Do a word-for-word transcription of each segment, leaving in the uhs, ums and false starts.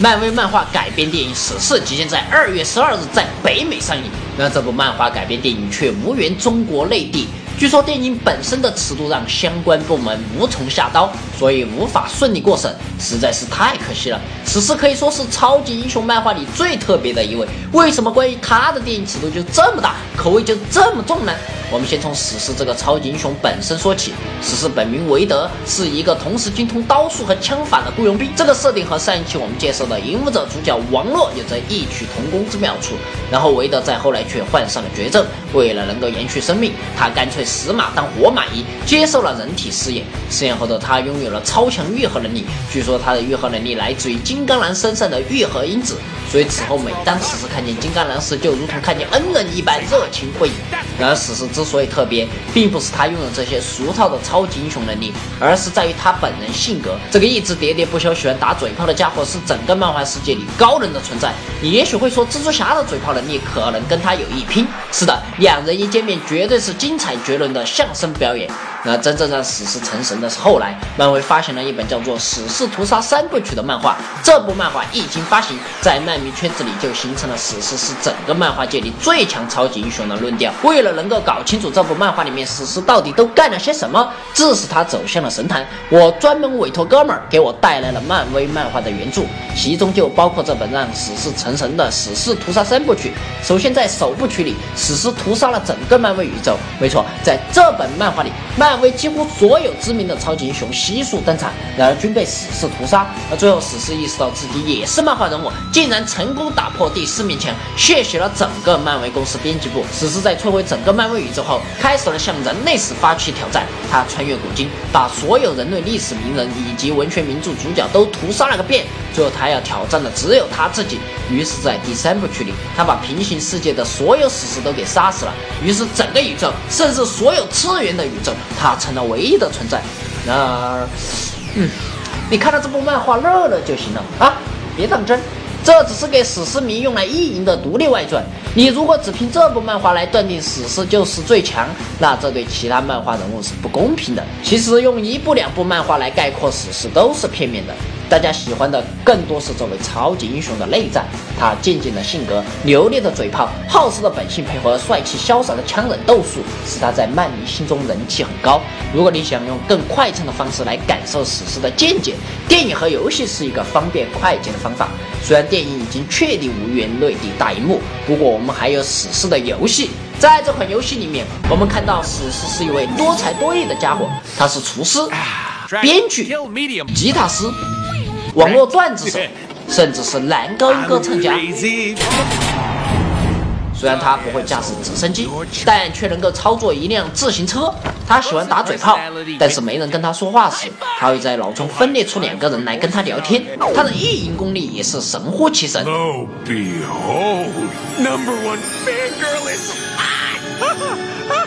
漫威漫画改编电影《死侍》即将在二月十二日在北美上映，那这部漫画改编电影却无缘中国内地。据说电影本身的尺度让相关部门无从下刀，所以无法顺利过审，实在是太可惜了。死侍可以说是超级英雄漫画里最特别的一位，为什么关于他的电影尺度就这么大，口味就这么重呢？我们先从死侍这个超级英雄本身说起。死侍本名韦德，是一个同时精通刀术和枪法的雇佣兵。这个设定和上一期我们介绍的《影武者》主角王洛有着异曲同工之妙处。然后韦德在后来却患上了绝症，为了能够延续生命，他干脆死马当活马医，接受了人体试验。试验后的他拥有了超强愈合能力，据说他的愈合能力来自于金刚狼身上的愈合因子，所以此后每当死侍看见金刚狼时，就如同看见恩人一般热情不已。然而死侍之所以特别，并不是他拥有这些俗套的超级英雄能力，而是在于他本人性格。这个一直喋喋不休喜欢打嘴炮的家伙是整个漫画世界里高冷的存在。你也许会说蜘蛛侠的嘴炮能力可能跟他有一拼，是的，两人一见面绝对是精彩绝伦的相声表演。那真正让死侍成神的是后来漫威发行了一本叫做《死侍屠杀三部曲》的漫画。这部漫画一经发行，在漫迷圈子里就形成了死侍是整个漫画界里最强超级英雄的论调。为了能够搞清楚这部漫画里面死侍到底都干了些什么，致使他走向了神坛，我专门委托哥们儿给我带来了漫威漫画的原著，其中就包括这本让死侍成神的《死侍屠杀三部曲》。首先在首部曲里，死侍屠杀了整个漫威宇宙。没错，在这本漫画里，漫威几乎所有知名的超级英雄悉数登场，然而均被死侍屠杀。而最后死侍意识到自己也是漫画人物，竟然成功打破第四面墙，血洗了整个漫威公司编辑部。死侍在摧毁整个漫威宇宙后，开始了向人类史发起挑战。他穿越古今，把所有人类历史名人以及文学名著主角都屠杀了个遍。最后他要挑战的只有他自己。于是在第三部曲里，他把平行世界的所有死侍都给杀死了。于是整个宇宙，甚至所有次元的宇宙，他成了唯一的存在。然而，嗯，你看到这部漫画乐乐就行了啊，别当真。这只是给死侍迷用来意淫的独立外传。你如果只凭这部漫画来断定死侍就是最强，那这对其他漫画人物是不公平的。其实用一部两部漫画来概括死侍都是片面的。大家喜欢的更多是作为超级英雄的内战，他渐渐的性格、流利的嘴炮、好色的本性，配合帅气潇洒的枪刃斗术，使他在漫迷心中人气很高。如果你想用更快餐的方式来感受死侍的见解，电影和游戏是一个方便快捷的方法。虽然电影已经确定无缘内地大荧幕，不过我们还有死侍的游戏。在这款游戏里面，我们看到死侍是一位多才多艺的家伙，他是厨师、编剧、吉他师、网络段子手，甚至是男高音歌唱家。虽然他不会驾驶直升机，但却能够操作一辆自行车。他喜欢打嘴炮，但是没人跟他说话时，他会在脑中分裂出两个人来跟他聊天。他的意淫功力也是神乎其神。 Lo behold, number one fangirl is hot.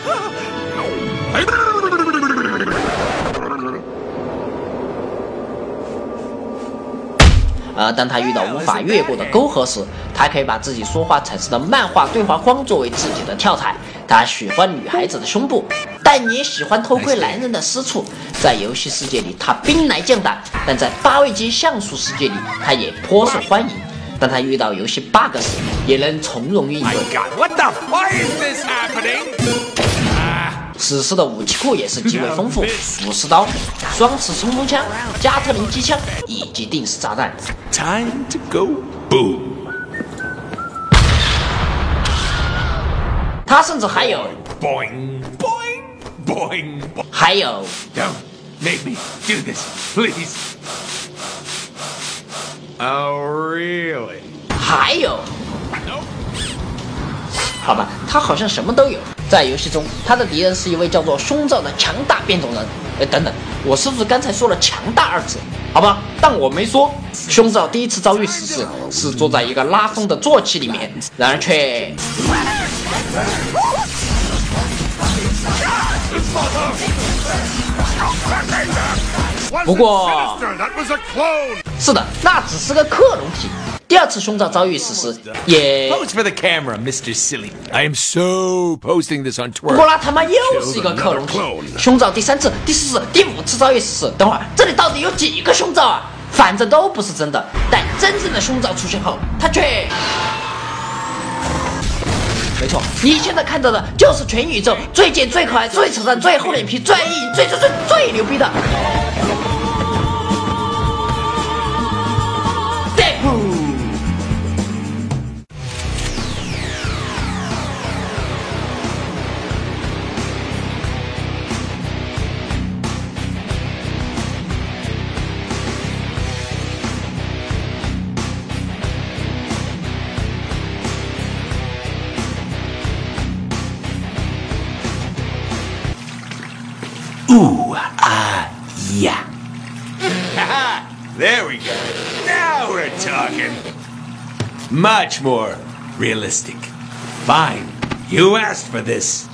而当他遇到无法越过的沟壑时，他可以把自己说话产生的漫画对话框作为自己的跳台。他喜欢女孩子的胸部，但也喜欢偷窥男人的私处。在游戏世界里，他兵来将挡，但在八位机像素世界里，他也颇受欢迎。当他遇到游戏 bug 时，也能从容应对。 What the fuck is this happening? 死侍的武器库也是极为丰富，武士刀、双持冲锋枪、加特林机枪以及定时炸弹。 Time to go boom. 他甚至还有 Boing, boing, boing, boing. 还有 Don't make me do this, please. Oh, really? 还有，好吧，他好像什么都有。在游戏中，他的敌人是一位叫做胸罩的强大变种人。哎，等等，我是不是刚才说了“强大”二字？好吧，但我没说。胸罩第一次遭遇死侍是坐在一个拉风的坐骑里面，然而却……不过，是的，那只是个克隆体。第二次胸罩遭遇死时，也 Pose for the camera, Mister Silly. I am so posting this on 不过 Twitter. 那他妈又是一个克隆体。胸罩第三次、第四次、第五次遭遇死时，等会儿这里到底有几个胸罩啊？ 反正都不是真的。但真正的胸罩出现后，它却……没错，你现在看到的就是全宇宙最贱、最可爱、最扯淡、最厚脸皮、最硬、最最最最牛逼的Deadpool。 Ooh, ah, yeah. There we go. Now we're talking. Much more realistic. Fine. You asked for this.